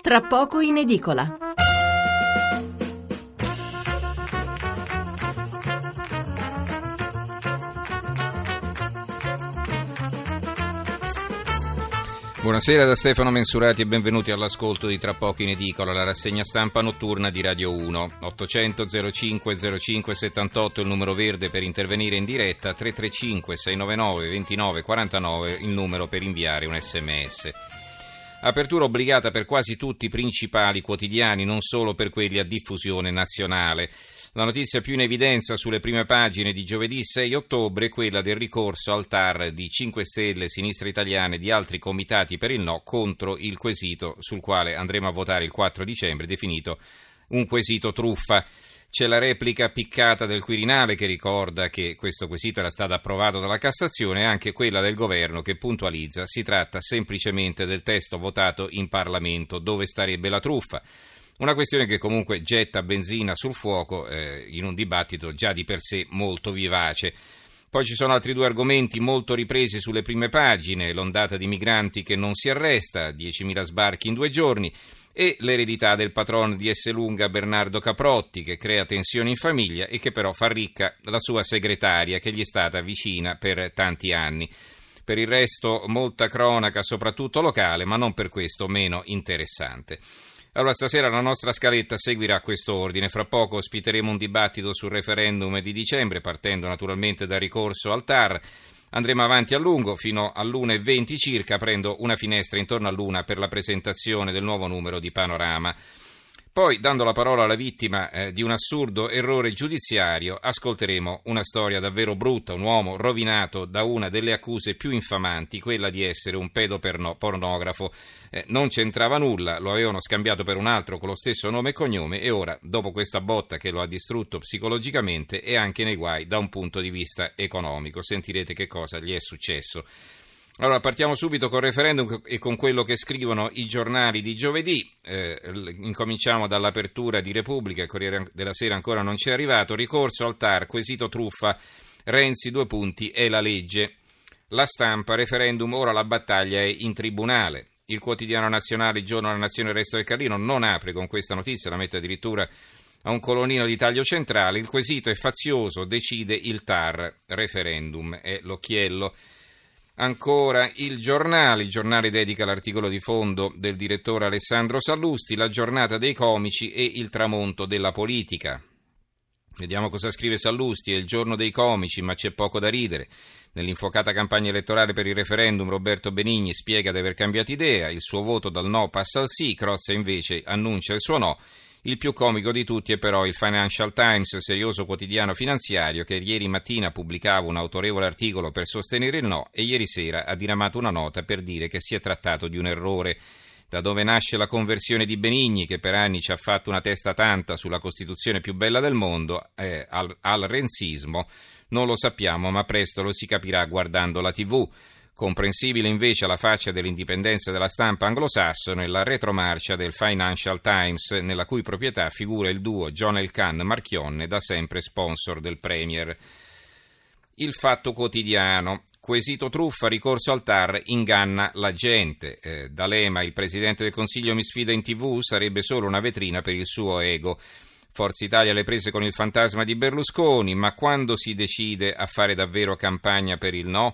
Tra poco in edicola. Buonasera da Stefano Mensurati e benvenuti all'ascolto di Tra poco in edicola, la rassegna stampa notturna di Radio 1. 800 05 05 78 il numero verde per intervenire in diretta, 335 699 29 49 il numero per inviare un sms. Apertura obbligata per quasi tutti i principali quotidiani, non solo per quelli a diffusione nazionale. La notizia più in evidenza sulle prime pagine di giovedì 6 ottobre è quella del ricorso al TAR di 5 Stelle, Sinistra Italiana e di altri comitati per il no contro il quesito sul quale andremo a votare il 4 dicembre, definito un quesito truffa. C'è la replica piccata del Quirinale che ricorda che questo quesito era stato approvato dalla Cassazione e anche quella del Governo che puntualizza si tratta semplicemente del testo votato in Parlamento, dove starebbe la truffa. Una questione che comunque getta benzina sul fuoco in un dibattito già di per sé molto vivace. Poi ci sono altri due argomenti molto ripresi sulle prime pagine, l'ondata di migranti che non si arresta, 10.000 sbarchi in 2 giorni, e l'eredità del patron di Esselunga Bernardo Caprotti, che crea tensioni in famiglia e che però fa ricca la sua segretaria, che gli è stata vicina per tanti anni. Per il resto molta cronaca, soprattutto locale, ma non per questo meno interessante. Allora stasera la nostra scaletta seguirà questo ordine. Fra poco ospiteremo un dibattito sul referendum di dicembre, partendo naturalmente dal ricorso al TAR. Andremo avanti a lungo fino all'1:20 circa, aprendo una finestra intorno all'1 per la presentazione del nuovo numero di Panorama. Poi, dando la parola alla vittima di un assurdo errore giudiziario, ascolteremo una storia davvero brutta, un uomo rovinato da una delle accuse più infamanti, quella di essere un pedopornografo. Non c'entrava nulla, lo avevano scambiato per un altro con lo stesso nome e cognome e ora, dopo questa botta che lo ha distrutto psicologicamente, è anche nei guai da un punto di vista economico. Sentirete che cosa gli è successo. Allora, partiamo subito col referendum e con quello che scrivono i giornali di giovedì. Incominciamo dall'apertura di Repubblica, il Corriere della Sera ancora non ci è arrivato. Ricorso al TAR, quesito truffa, Renzi 2 punti, è la legge. La Stampa, referendum, ora la battaglia è in tribunale. Il quotidiano nazionale, il Giorno della Nazione, il Resto del Carlino, non apre con questa notizia, la mette addirittura a un colonnino di taglio centrale. Il quesito è fazioso, decide il TAR, referendum, è l'occhiello. Ancora il giornale dedica l'articolo di fondo del direttore Alessandro Sallusti, la giornata dei comici e il tramonto della politica. Vediamo cosa scrive Sallusti, è il giorno dei comici ma c'è poco da ridere. Nell'infocata campagna elettorale per il referendum Roberto Benigni spiega di aver cambiato idea, il suo voto dal no passa al sì, Crozza invece annuncia il suo no. Il più comico di tutti è però il Financial Times, serioso quotidiano finanziario che ieri mattina pubblicava un autorevole articolo per sostenere il no e ieri sera ha diramato una nota per dire che si è trattato di un errore. Da dove nasce la conversione di Benigni, che per anni ci ha fatto una testa tanta sulla Costituzione più bella del mondo, al renzismo, non lo sappiamo, ma presto lo si capirà guardando la TV. Comprensibile invece alla faccia dell'indipendenza della stampa anglosassone la retromarcia del Financial Times, nella cui proprietà figura il duo John Elkann-Marchionne, da sempre sponsor del Premier. Il Fatto Quotidiano, quesito truffa, ricorso al TAR, inganna la gente. D'Alema, il Presidente del Consiglio mi sfida in TV, sarebbe solo una vetrina per il suo ego. Forza Italia alle prese con il fantasma di Berlusconi, ma quando si decide a fare davvero campagna per il no?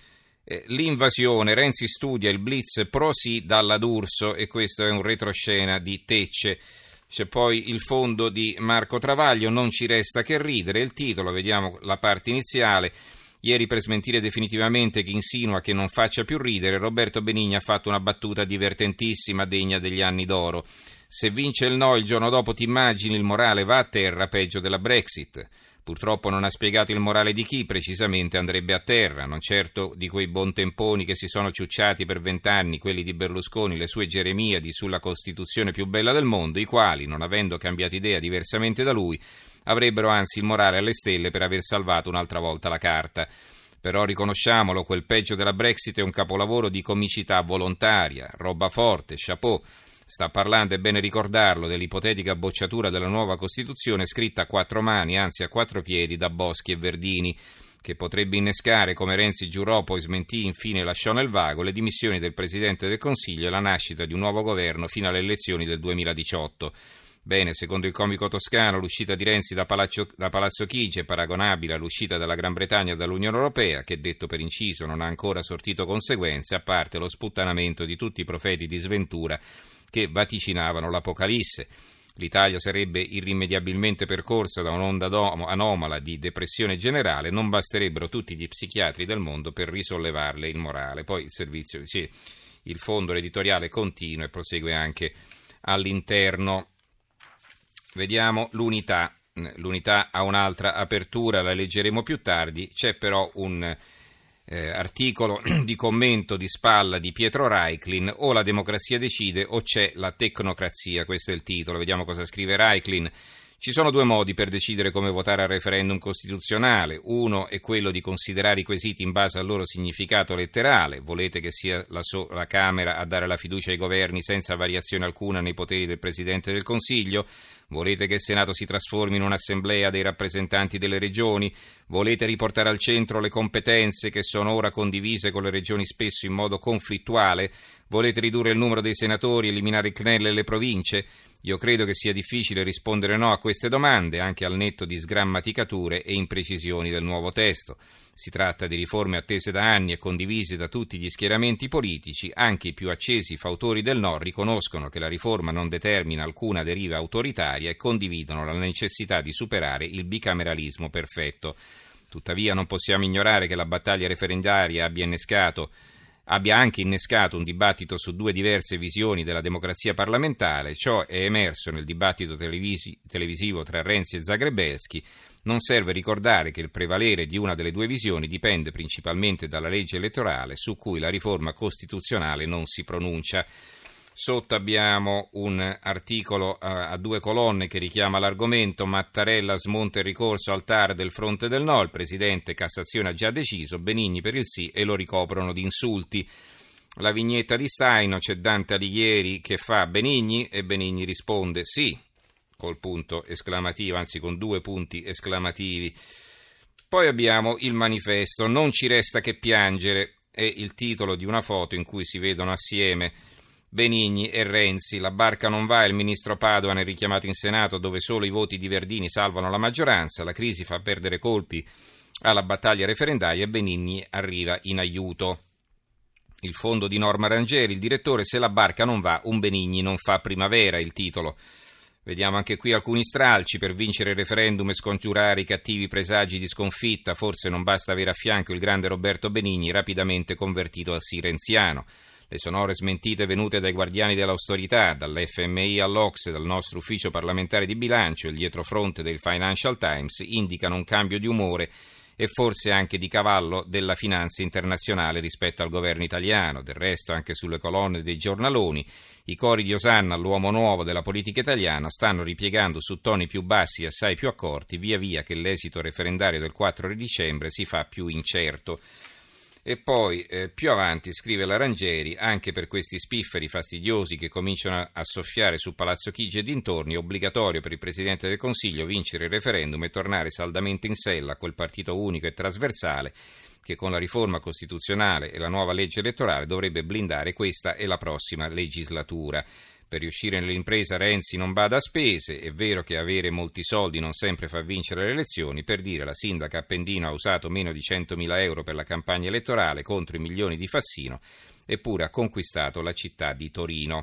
L'invasione, Renzi studia il blitz pro sì dalla D'Urso e questo è un retroscena di Tecce. C'è poi il fondo di Marco Travaglio, non ci resta che ridere, il titolo, vediamo la parte iniziale. Ieri per smentire definitivamente chi insinua che non faccia più ridere, Roberto Benigni ha fatto una battuta divertentissima degna degli anni d'oro. Se vince il no il giorno dopo ti immagini il morale va a terra peggio della Brexit. Purtroppo non ha spiegato il morale di chi precisamente andrebbe a terra, non certo di quei buontemponi che si sono ciucciati per 20 anni, quelli di Berlusconi, le sue Geremiadi sulla Costituzione più bella del mondo, i quali, non avendo cambiato idea diversamente da lui, avrebbero anzi il morale alle stelle per aver salvato un'altra volta la carta. Però riconosciamolo, quel peggio della Brexit è un capolavoro di comicità volontaria, roba forte, chapeau. Sta parlando, è bene ricordarlo, dell'ipotetica bocciatura della nuova Costituzione scritta a 4 mani, anzi a 4 piedi, da Boschi e Verdini. che potrebbe innescare, come Renzi giurò, poi smentì, infine lasciò nel vago, le dimissioni del Presidente del Consiglio e la nascita di un nuovo governo fino alle elezioni del 2018. Bene, secondo il comico toscano, l'uscita di Renzi da Palazzo Chigi è paragonabile all'uscita dalla Gran Bretagna dall'Unione Europea, che detto per inciso non ha ancora sortito conseguenze, a parte lo sputtanamento di tutti i profeti di sventura che vaticinavano l'Apocalisse. L'Italia sarebbe irrimediabilmente percorsa da un'onda anomala di depressione generale, non basterebbero tutti gli psichiatri del mondo per risollevarle il morale. Poi il fondo editoriale continua e prosegue anche all'interno. Vediamo l'Unità. L'Unità ha un'altra apertura, la leggeremo più tardi. C'è però un articolo di commento di spalla di Pietro Raiklin: o la democrazia decide o c'è la tecnocrazia. Questo è il titolo. Vediamo cosa scrive Raiklin. Ci sono due modi per decidere come votare al referendum costituzionale. Uno è quello di considerare i quesiti in base al loro significato letterale. Volete che sia la Camera a dare la fiducia ai governi senza variazione alcuna nei poteri del Presidente del Consiglio? Volete che il Senato si trasformi in un'assemblea dei rappresentanti delle regioni? Volete riportare al centro le competenze che sono ora condivise con le regioni spesso in modo conflittuale? Volete ridurre il numero dei senatori, eliminare il CNEL e le province? Io credo che sia difficile rispondere no a queste domande, anche al netto di sgrammaticature e imprecisioni del nuovo testo. Si tratta di riforme attese da anni e condivise da tutti gli schieramenti politici. Anche i più accesi fautori del no riconoscono che la riforma non determina alcuna deriva autoritaria e condividono la necessità di superare il bicameralismo perfetto. Tuttavia non possiamo ignorare che la battaglia referendaria abbia anche innescato un dibattito su due diverse visioni della democrazia parlamentare. Ciò è emerso nel dibattito televisivo tra Renzi e Zagrebelsky. Non serve ricordare che il prevalere di una delle due visioni dipende principalmente dalla legge elettorale, su cui la riforma costituzionale non si pronuncia. Sotto abbiamo un articolo a due colonne che richiama l'argomento. Mattarella smonta il ricorso al TAR del fronte del no, il Presidente Cassazione ha già deciso, Benigni per il sì e lo ricoprono di insulti. La vignetta di Staino, c'è Dante Alighieri che fa Benigni e Benigni risponde sì, col punto esclamativo, anzi con due punti esclamativi. Poi abbiamo il manifesto, non ci resta che piangere, è il titolo di una foto in cui si vedono assieme Benigni e Renzi. La barca non va, il ministro Padoan è richiamato in Senato dove solo i voti di Verdini salvano la maggioranza, la crisi fa perdere colpi alla battaglia referendaria e Benigni arriva in aiuto. Il fondo di Norma Rangeri, il direttore, se la barca non va un Benigni non fa primavera, il titolo. Vediamo anche qui alcuni stralci. Per vincere il referendum e scongiurare i cattivi presagi di sconfitta forse non basta avere a fianco il grande Roberto Benigni rapidamente convertito al sì renziano. Le sonore smentite venute dai guardiani dell'austerità, dall'FMI all'Ocse, dal nostro ufficio parlamentare di bilancio e il dietrofront del Financial Times indicano un cambio di umore e forse anche di cavallo della finanza internazionale rispetto al governo italiano. Del resto anche sulle colonne dei giornaloni i cori di osanna all'uomo nuovo della politica italiana stanno ripiegando su toni più bassi e assai più accorti via via che l'esito referendario del 4 dicembre si fa più incerto. E poi più avanti scrive la Rangeri, anche per questi spifferi fastidiosi che cominciano a soffiare su Palazzo Chigi e dintorni, è obbligatorio per il Presidente del Consiglio vincere il referendum e tornare saldamente in sella a quel partito unico e trasversale che con la riforma costituzionale e la nuova legge elettorale dovrebbe blindare questa e la prossima legislatura. Per riuscire nell'impresa Renzi non bada a spese, è vero che avere molti soldi non sempre fa vincere le elezioni, per dire la sindaca Appendino ha usato meno di 100.000 euro per la campagna elettorale contro i milioni di Fassino, eppure ha conquistato la città di Torino.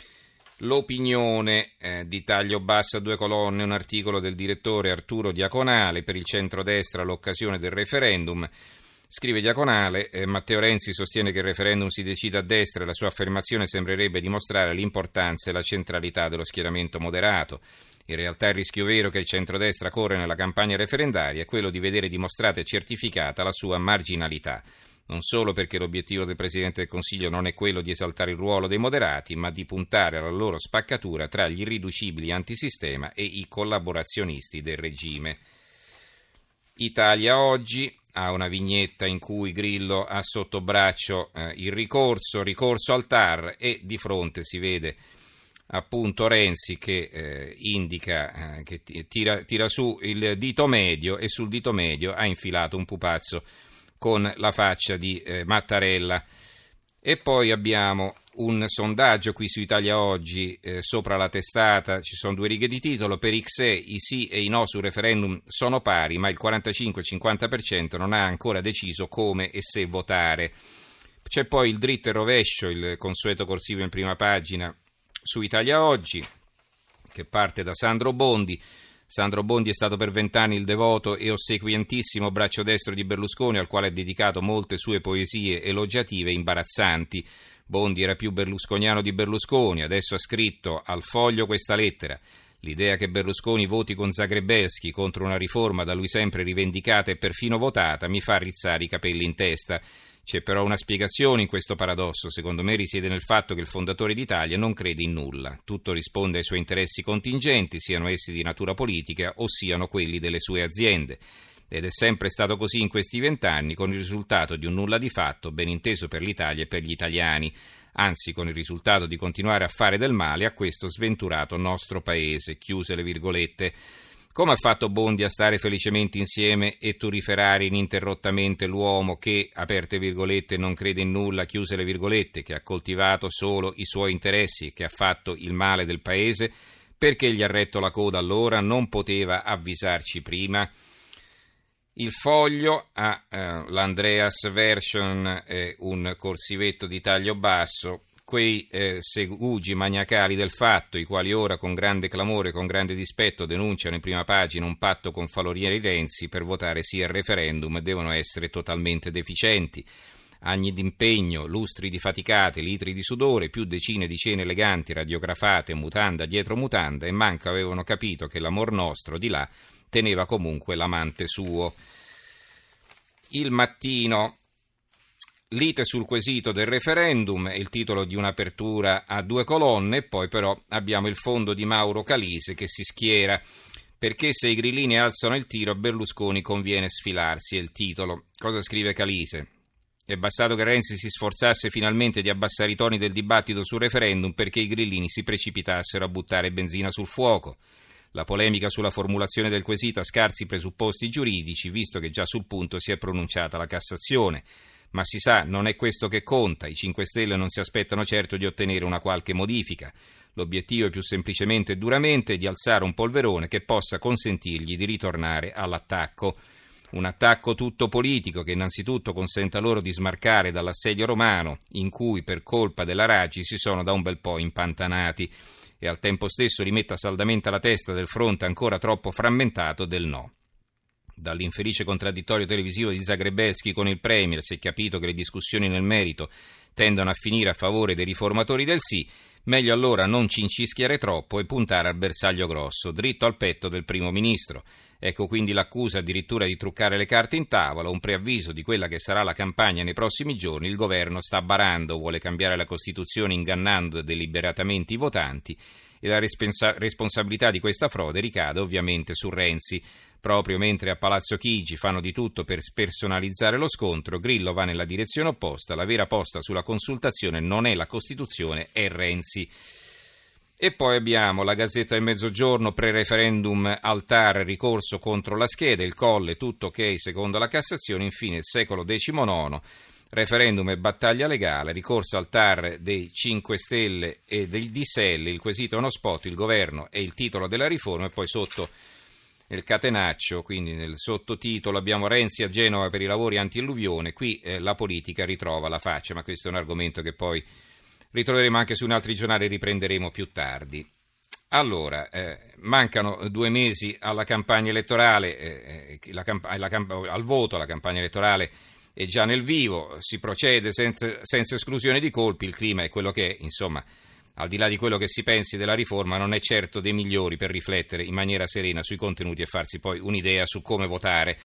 L'opinione di taglio basso a due colonne, un articolo del direttore Arturo Diaconale per il centrodestra all'occasione del referendum. Scrive Diaconale, Matteo Renzi sostiene che il referendum si decida a destra e la sua affermazione sembrerebbe dimostrare l'importanza e la centralità dello schieramento moderato. In realtà il rischio vero che il centrodestra corre nella campagna referendaria è quello di vedere dimostrata e certificata la sua marginalità. Non solo perché l'obiettivo del Presidente del Consiglio non è quello di esaltare il ruolo dei moderati, ma di puntare alla loro spaccatura tra gli irriducibili antisistema e i collaborazionisti del regime. Italia Oggi ha una vignetta in cui Grillo ha sotto braccio il ricorso al TAR e di fronte si vede appunto Renzi che indica, che tira su il dito medio, e sul dito medio ha infilato un pupazzo con la faccia di Mattarella. E poi abbiamo un sondaggio qui su Italia Oggi, sopra la testata ci sono 2 righe di titolo: per XE i sì e i no sul referendum sono pari, ma il 45-50% non ha ancora deciso come e se votare. C'è poi il dritto e rovescio, il consueto corsivo in prima pagina su Italia Oggi, che parte da Sandro Bondi. Sandro Bondi è stato per 20 anni il devoto e ossequiantissimo braccio destro di Berlusconi, al quale ha dedicato molte sue poesie elogiative e imbarazzanti. Bondi era più berlusconiano di Berlusconi, adesso ha scritto al Foglio questa lettera: l'idea che Berlusconi voti con Zagrebelsky contro una riforma da lui sempre rivendicata e perfino votata mi fa rizzare i capelli in testa. C'è però una spiegazione in questo paradosso, secondo me risiede nel fatto che il fondatore d'Italia non crede in nulla. Tutto risponde ai suoi interessi contingenti, siano essi di natura politica o siano quelli delle sue aziende. Ed è sempre stato così in questi 20 anni, con il risultato di un nulla di fatto, ben inteso per l'Italia e per gli italiani. Anzi, con il risultato di continuare a fare del male a questo sventurato nostro paese. Chiuse le virgolette. Come ha fatto Bondi a stare felicemente insieme e turiferare ininterrottamente l'uomo che, aperte virgolette, non crede in nulla, chiuse le virgolette, che ha coltivato solo i suoi interessi e che ha fatto il male del paese? Perché gli ha retto la coda allora? Non poteva avvisarci prima? Il Foglio ha l'Andreas Version, un corsivetto di taglio basso, quei segugi maniacali del fatto, i quali ora con grande clamore, con grande dispetto denunciano in prima pagina un patto con Falorieri Renzi per votare sì al referendum, devono essere totalmente deficienti. Anni d'impegno, lustri di faticate, litri di sudore, più decine di cene eleganti, radiografate, mutanda dietro mutanda, e manco avevano capito che l'amor nostro di là teneva comunque l'amante suo. Il Mattino: lite sul quesito del referendum, è il titolo di un'apertura a 2 colonne, e poi però abbiamo il fondo di Mauro Calise che si schiera. Perché se i grillini alzano il tiro a Berlusconi conviene sfilarsi, è il titolo. Cosa scrive Calise? È bastato che Renzi si sforzasse finalmente di abbassare i toni del dibattito sul referendum perché i grillini si precipitassero a buttare benzina sul fuoco. La polemica sulla formulazione del quesito ha scarsi presupposti giuridici, visto che già sul punto si è pronunciata la Cassazione. Ma si sa, non è questo che conta, i 5 Stelle non si aspettano certo di ottenere una qualche modifica. L'obiettivo è più semplicemente e duramente di alzare un polverone che possa consentirgli di ritornare all'attacco. Un attacco tutto politico che innanzitutto consenta loro di smarcare dall'assedio romano, in cui per colpa della Raggi si sono da un bel po' impantanati, e al tempo stesso rimetta saldamente alla testa del fronte ancora troppo frammentato del no. Dall'infelice contraddittorio televisivo di Zagrebelsky con il Premier si è capito che le discussioni nel merito tendono a finire a favore dei riformatori del sì. Meglio allora non cincischiare troppo e puntare al bersaglio grosso, dritto al petto del primo ministro. Ecco quindi l'accusa addirittura di truccare le carte in tavola, un preavviso di quella che sarà la campagna nei prossimi giorni. Il governo sta barando, vuole cambiare la Costituzione ingannando deliberatamente i votanti, e la responsabilità di questa frode ricade ovviamente su Renzi. Proprio mentre a Palazzo Chigi fanno di tutto per spersonalizzare lo scontro, Grillo va nella direzione opposta. La vera posta sulla consultazione non è la Costituzione, è Renzi. E poi abbiamo la Gazzetta del Mezzogiorno: pre-referendum al TAR, ricorso contro la scheda, il Colle, tutto ok secondo la Cassazione. Infine il Secolo XIX, referendum e battaglia legale, ricorso al TAR dei 5 Stelle e del DSL, il quesito è uno spot, il governo è il titolo della riforma. E poi sotto il catenaccio, quindi nel sottotitolo, abbiamo Renzi a Genova per i lavori anti-alluvione. Qui la politica ritrova la faccia, ma questo è un argomento che poi ritroveremo anche su un altro giornale, riprenderemo più tardi. Allora, mancano 2 mesi alla campagna elettorale, al voto. La campagna elettorale è già nel vivo, si procede senza esclusione di colpi, il clima è quello che è, insomma, al di là di quello che si pensi della riforma, non è certo dei migliori per riflettere in maniera serena sui contenuti e farsi poi un'idea su come votare.